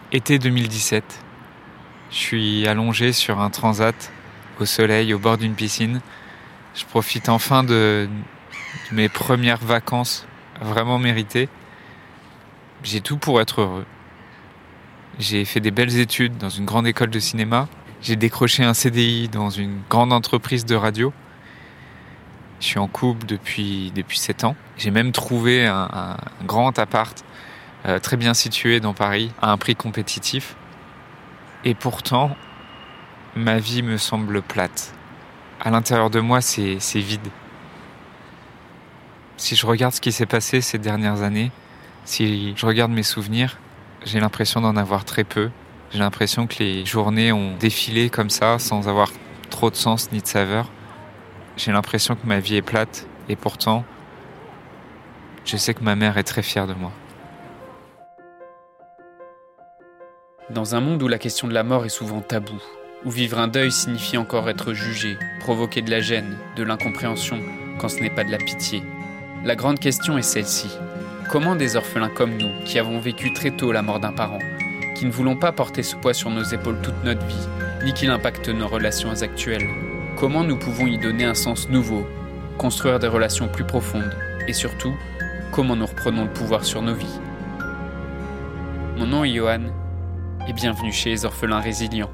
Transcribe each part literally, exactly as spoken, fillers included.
Été deux mille dix-sept. Je suis allongé sur un transat au soleil au bord d'une piscine. Je profite enfin de, de mes premières vacances vraiment méritées. J'ai tout pour être heureux. J'ai fait des belles études dans une grande école de cinéma. J'ai décroché un C D I dans une grande entreprise de radio. Je suis en couple depuis, depuis sept ans. J'ai même trouvé un, un grand appart euh, très bien situé dans Paris à un prix compétitif. Et pourtant, ma vie me semble plate. À l'intérieur de moi, c'est, c'est vide. Si je regarde ce qui s'est passé ces dernières années, si je regarde mes souvenirs, j'ai l'impression d'en avoir très peu. J'ai l'impression que les journées ont défilé comme ça, sans avoir trop de sens ni de saveur. J'ai l'impression que ma vie est plate, et pourtant, je sais que ma mère est très fière de moi. Dans un monde où la question de la mort est souvent taboue, où vivre un deuil signifie encore être jugé, provoquer de la gêne, de l'incompréhension, quand ce n'est pas de la pitié, la grande question est celle-ci. Comment des orphelins comme nous, qui avons vécu très tôt la mort d'un parent, qui ne voulons pas porter ce poids sur nos épaules toute notre vie, ni qu'il impacte nos relations actuelles, comment nous pouvons y donner un sens nouveau, construire des relations plus profondes, et surtout, comment nous reprenons le pouvoir sur nos vies. Mon nom est Johan, et bienvenue chez les Orphelins Résilients.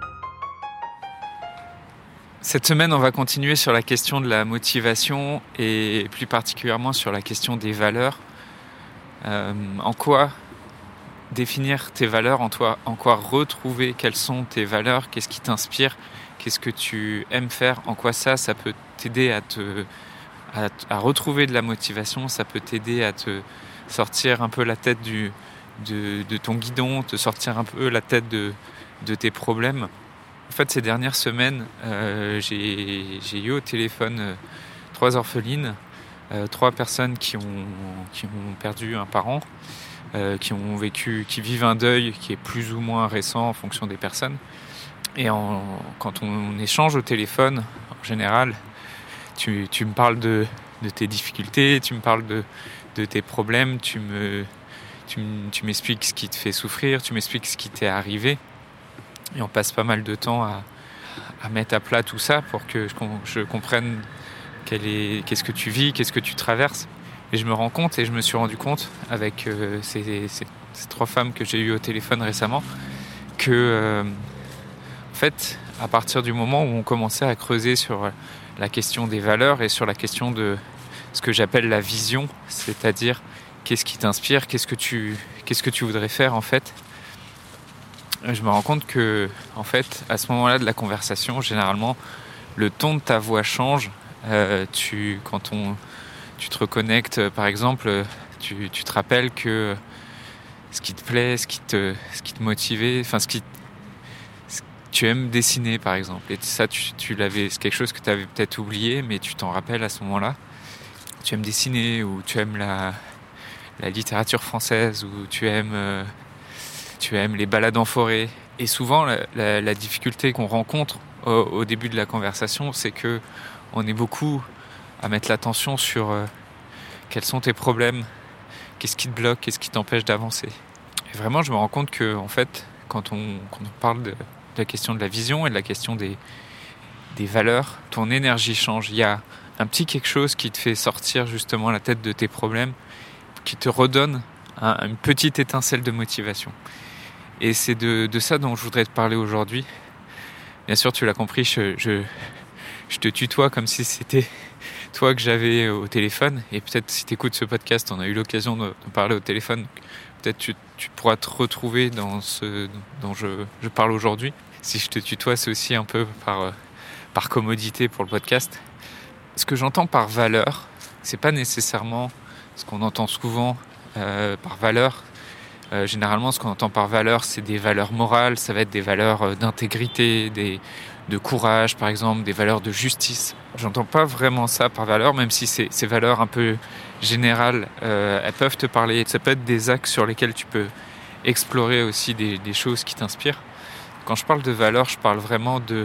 Cette semaine, on va continuer sur la question de la motivation et plus particulièrement sur la question des valeurs. Euh, en quoi définir tes valeurs, en, toi, en quoi retrouver quelles sont tes valeurs, qu'est-ce qui t'inspire, qu'est-ce que tu aimes faire, en quoi ça, ça peut t'aider à, te, à, à retrouver de la motivation, ça peut t'aider à te sortir un peu la tête du, de, de ton guidon, te sortir un peu la tête de, de tes problèmes. En fait, ces dernières semaines, euh, j'ai, j'ai eu au téléphone euh, trois orphelines, euh, trois personnes qui ont, qui ont perdu un parent, euh, qui ont vécu, qui vivent un deuil qui est plus ou moins récent en fonction des personnes. Et en, quand on échange au téléphone, en général, tu, tu me parles de, de tes difficultés, tu me parles de, de tes problèmes, tu, me, tu, tu m'expliques ce qui te fait souffrir, tu m'expliques ce qui t'est arrivé. Et on passe pas mal de temps à, à mettre à plat tout ça pour que je, je comprenne quel est, qu'est-ce que tu vis, qu'est-ce que tu traverses. Et je me rends compte, et je me suis rendu compte avec euh, ces, ces, ces trois femmes que j'ai eues au téléphone récemment, que euh, en fait, à partir du moment où on commençait à creuser sur la question des valeurs et sur la question de ce que j'appelle la vision, c'est-à-dire qu'est-ce qui t'inspire, qu'est-ce que tu, qu'est-ce que tu voudrais faire en fait, je me rends compte que, en fait, à ce moment-là de la conversation, généralement, le ton de ta voix change. Euh, tu, quand on, tu te reconnectes, par exemple, tu, tu te rappelles que ce qui te plaît, ce qui te, ce qui te motivait, enfin, ce qui, ce, tu aimes dessiner, par exemple. Et ça, tu, tu l'avais, c'est quelque chose que tu avais peut-être oublié, mais tu t'en rappelles à ce moment-là. Tu aimes dessiner, ou tu aimes la, la littérature française, ou tu aimes... Euh, tu aimes les balades en forêt. Et souvent, la, la, la difficulté qu'on rencontre au, au début de la conversation, c'est que on est beaucoup à mettre l'attention sur euh, quels sont tes problèmes, qu'est-ce qui te bloque, qu'est-ce qui t'empêche d'avancer. Et vraiment, je me rends compte que, en fait, quand on, quand on parle de, de la question de la vision et de la question des, des valeurs, ton énergie change. Il y a un petit quelque chose qui te fait sortir justement la tête de tes problèmes, qui te redonne un, une petite étincelle de motivation. Et c'est de, de ça dont je voudrais te parler aujourd'hui. Bien sûr, tu l'as compris, je, je, je te tutoie comme si c'était toi que j'avais au téléphone. Et peut-être si tu écoutes ce podcast, on a eu l'occasion de, de parler au téléphone. Peut-être tu, tu pourras te retrouver dans ce dont je, je parle aujourd'hui. Si je te tutoie, c'est aussi un peu par, par commodité pour le podcast. Ce que j'entends par valeur, c'est pas nécessairement ce qu'on entend souvent euh, par valeur. Euh, généralement, ce qu'on entend par valeur, c'est des valeurs morales, ça va être des valeurs euh, d'intégrité, des, de courage, par exemple, des valeurs de justice. J'entends pas vraiment ça par valeur, même si c'est, ces valeurs un peu générales, euh, elles peuvent te parler. Ça peut être des axes sur lesquels tu peux explorer aussi des, des choses qui t'inspirent. Quand je parle de valeurs, je parle vraiment de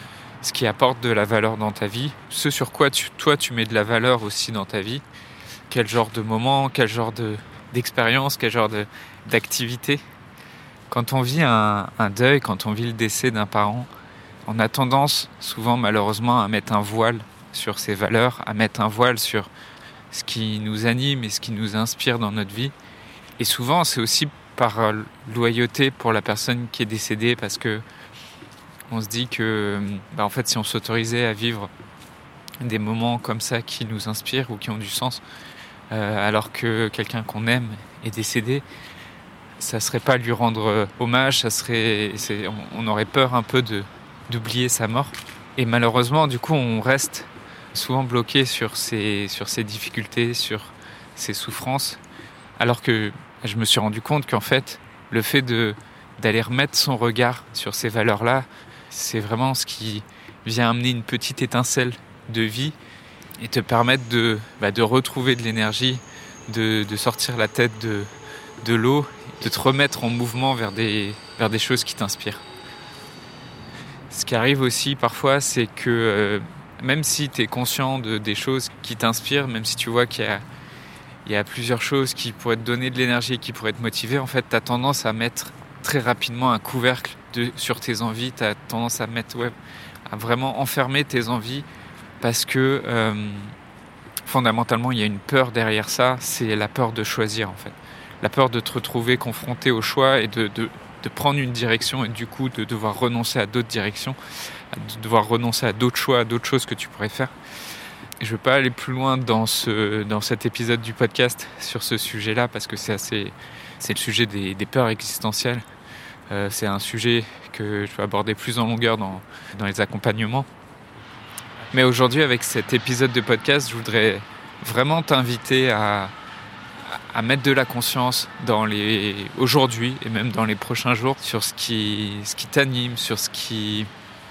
ce qui apporte de la valeur dans ta vie, ce sur quoi tu, toi tu mets de la valeur aussi dans ta vie, quel genre de moment, quel genre de, d'expérience, quel genre de, d'activité. Quand on vit un, un deuil, quand on vit le décès d'un parent, on a tendance, souvent malheureusement, à mettre un voile sur ses valeurs, à mettre un voile sur ce qui nous anime et ce qui nous inspire dans notre vie. Et souvent, c'est aussi par loyauté pour la personne qui est décédée, parce que on se dit que, bah en fait, si on s'autorisait à vivre des moments comme ça qui nous inspirent ou qui ont du sens, euh, alors que quelqu'un qu'on aime est décédé, ça serait pas lui rendre hommage, ça serait, c'est, on, on aurait peur un peu de, d'oublier sa mort. Et malheureusement, du coup, on reste souvent bloqué sur ces, sur ces difficultés, sur ces souffrances, alors que je me suis rendu compte qu'en fait, le fait de, d'aller remettre son regard sur ces valeurs-là, c'est vraiment ce qui vient amener une petite étincelle de vie et te permettre de, bah, de retrouver de l'énergie, de, de sortir la tête de, de l'eau, de te remettre en mouvement vers des, vers des choses qui t'inspirent. Ce qui arrive aussi parfois, c'est que euh, même si tu es conscient de, des choses qui t'inspirent, même si tu vois qu'il y a, il y a plusieurs choses qui pourraient te donner de l'énergie, qui pourraient te motiver, en fait, tu as tendance à mettre très rapidement un couvercle de, sur tes envies, tu as tendance à mettre, ouais, à vraiment enfermer tes envies, parce que euh, fondamentalement, il y a une peur derrière ça, c'est la peur de choisir, en fait. La peur de te retrouver confronté au choix et de, de, de prendre une direction et du coup de devoir renoncer à d'autres directions, de devoir renoncer à d'autres choix, à d'autres choses que tu pourrais faire. Je ne veux pas aller plus loin dans, ce, dans cet épisode du podcast sur ce sujet-là, parce que c'est, assez, c'est le sujet des, des peurs existentielles. Euh, c'est un sujet que je vais aborder plus en longueur dans, dans les accompagnements. Mais aujourd'hui, avec cet épisode de podcast, je voudrais vraiment t'inviter à, à mettre de la conscience dans les, aujourd'hui et même dans les prochains jours sur ce qui, ce qui t'anime, sur ce qui,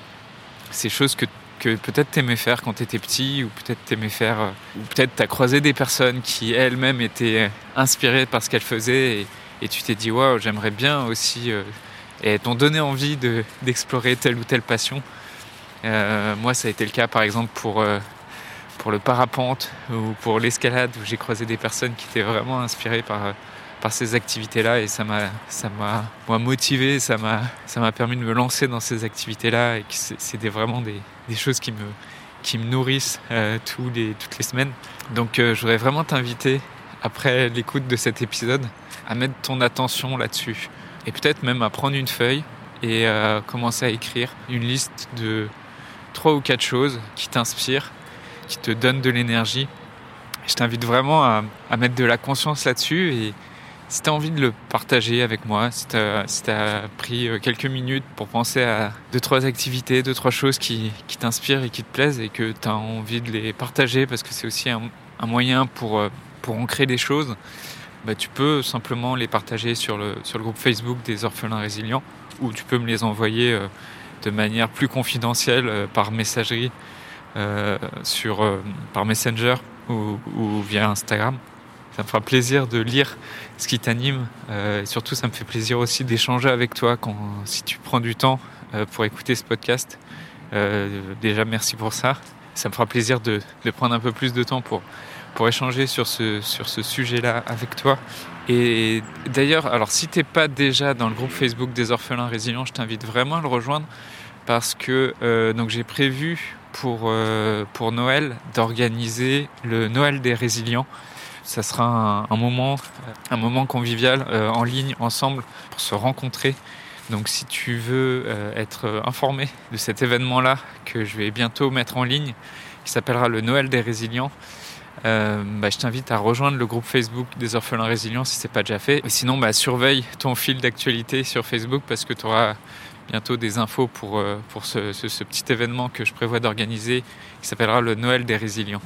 ces choses que, que peut-être t'aimais faire quand t'étais petit, ou peut-être t'aimais faire, ou peut-être t'as croisé des personnes qui elles-mêmes étaient inspirées par ce qu'elles faisaient et, et tu t'es dit waouh, j'aimerais bien aussi, euh, et t'ont donné envie de, d'explorer telle ou telle passion. Euh, moi, ça a été le cas, par exemple, pour, euh, pour le parapente ou pour l'escalade, où j'ai croisé des personnes qui étaient vraiment inspirées par, par ces activités-là, et ça m'a, ça m'a moi, motivé, ça m'a, ça m'a permis de me lancer dans ces activités-là, et que c'est, c'est des, vraiment des, des choses qui me, qui me nourrissent euh, tous les, toutes les semaines. Donc, euh, je voudrais vraiment t'inviter, après l'écoute de cet épisode, à mettre ton attention là-dessus, et peut-être même à prendre une feuille et euh, commencer à écrire une liste de trois ou quatre choses qui t'inspirent, qui te donnent de l'énergie. Je t'invite vraiment à, à mettre de la conscience là-dessus, et si tu as envie de le partager avec moi, si tu as si pris quelques minutes pour penser à deux, trois activités, deux, trois choses qui, qui t'inspirent et qui te plaisent, et que tu as envie de les partager parce que c'est aussi un, un moyen pour, pour ancrer des choses, bah, tu peux simplement les partager sur le, sur le groupe Facebook des Orphelins Résilients, ou tu peux me les envoyer euh, de manière plus confidentielle euh, par messagerie, euh, sur, euh, par Messenger ou, ou via Instagram. Ça me fera plaisir de lire ce qui t'anime. Euh, et surtout, ça me fait plaisir aussi d'échanger avec toi quand, si tu prends du temps euh, pour écouter ce podcast. Euh, déjà, merci pour ça. Ça me fera plaisir de, de prendre un peu plus de temps pour, pour échanger sur ce, sur ce sujet-là avec toi. Et d'ailleurs, alors si t'es pas déjà dans le groupe Facebook des Orphelins Résilients, je t'invite vraiment à le rejoindre, parce que euh, donc j'ai prévu pour, euh, pour Noël d'organiser le Noël des Résilients. Ça sera un, un, moment, un moment convivial euh, en ligne, ensemble, pour se rencontrer. Donc si tu veux euh, être informé de cet événement-là que je vais bientôt mettre en ligne, qui s'appellera le Noël des Résilients, Euh, bah, je t'invite à rejoindre le groupe Facebook des Orphelins Résilients si ce n'est pas déjà fait. Et sinon, bah, surveille ton fil d'actualité sur Facebook, parce que tu auras bientôt des infos pour, euh, pour ce, ce, ce petit événement que je prévois d'organiser, qui s'appellera le Noël des Résilients.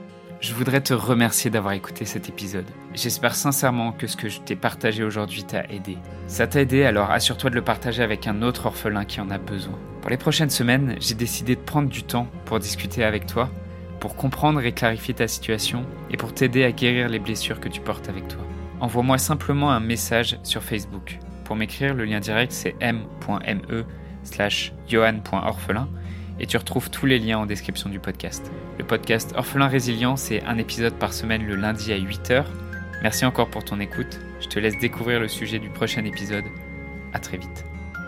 Je voudrais te remercier d'avoir écouté cet épisode. J'espère sincèrement que ce que je t'ai partagé aujourd'hui t'a aidé. Ça t'a aidé, alors assure-toi de le partager avec un autre orphelin qui en a besoin. Pour les prochaines semaines, j'ai décidé de prendre du temps pour discuter avec toi, pour comprendre et clarifier ta situation, et pour t'aider à guérir les blessures que tu portes avec toi. Envoie-moi simplement un message sur Facebook. Pour m'écrire, le lien direct c'est m.me slash johan.orphelin, et tu retrouves tous les liens en description du podcast. Le podcast Orphelin Résilient, c'est un épisode par semaine le lundi à huit heures. Merci encore pour ton écoute. Je te laisse découvrir le sujet du prochain épisode. À très vite.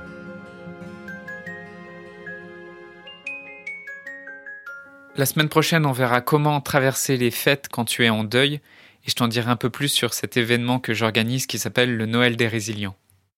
La semaine prochaine, on verra comment traverser les fêtes quand tu es en deuil, et je t'en dirai un peu plus sur cet événement que j'organise qui s'appelle le Noël des résilients.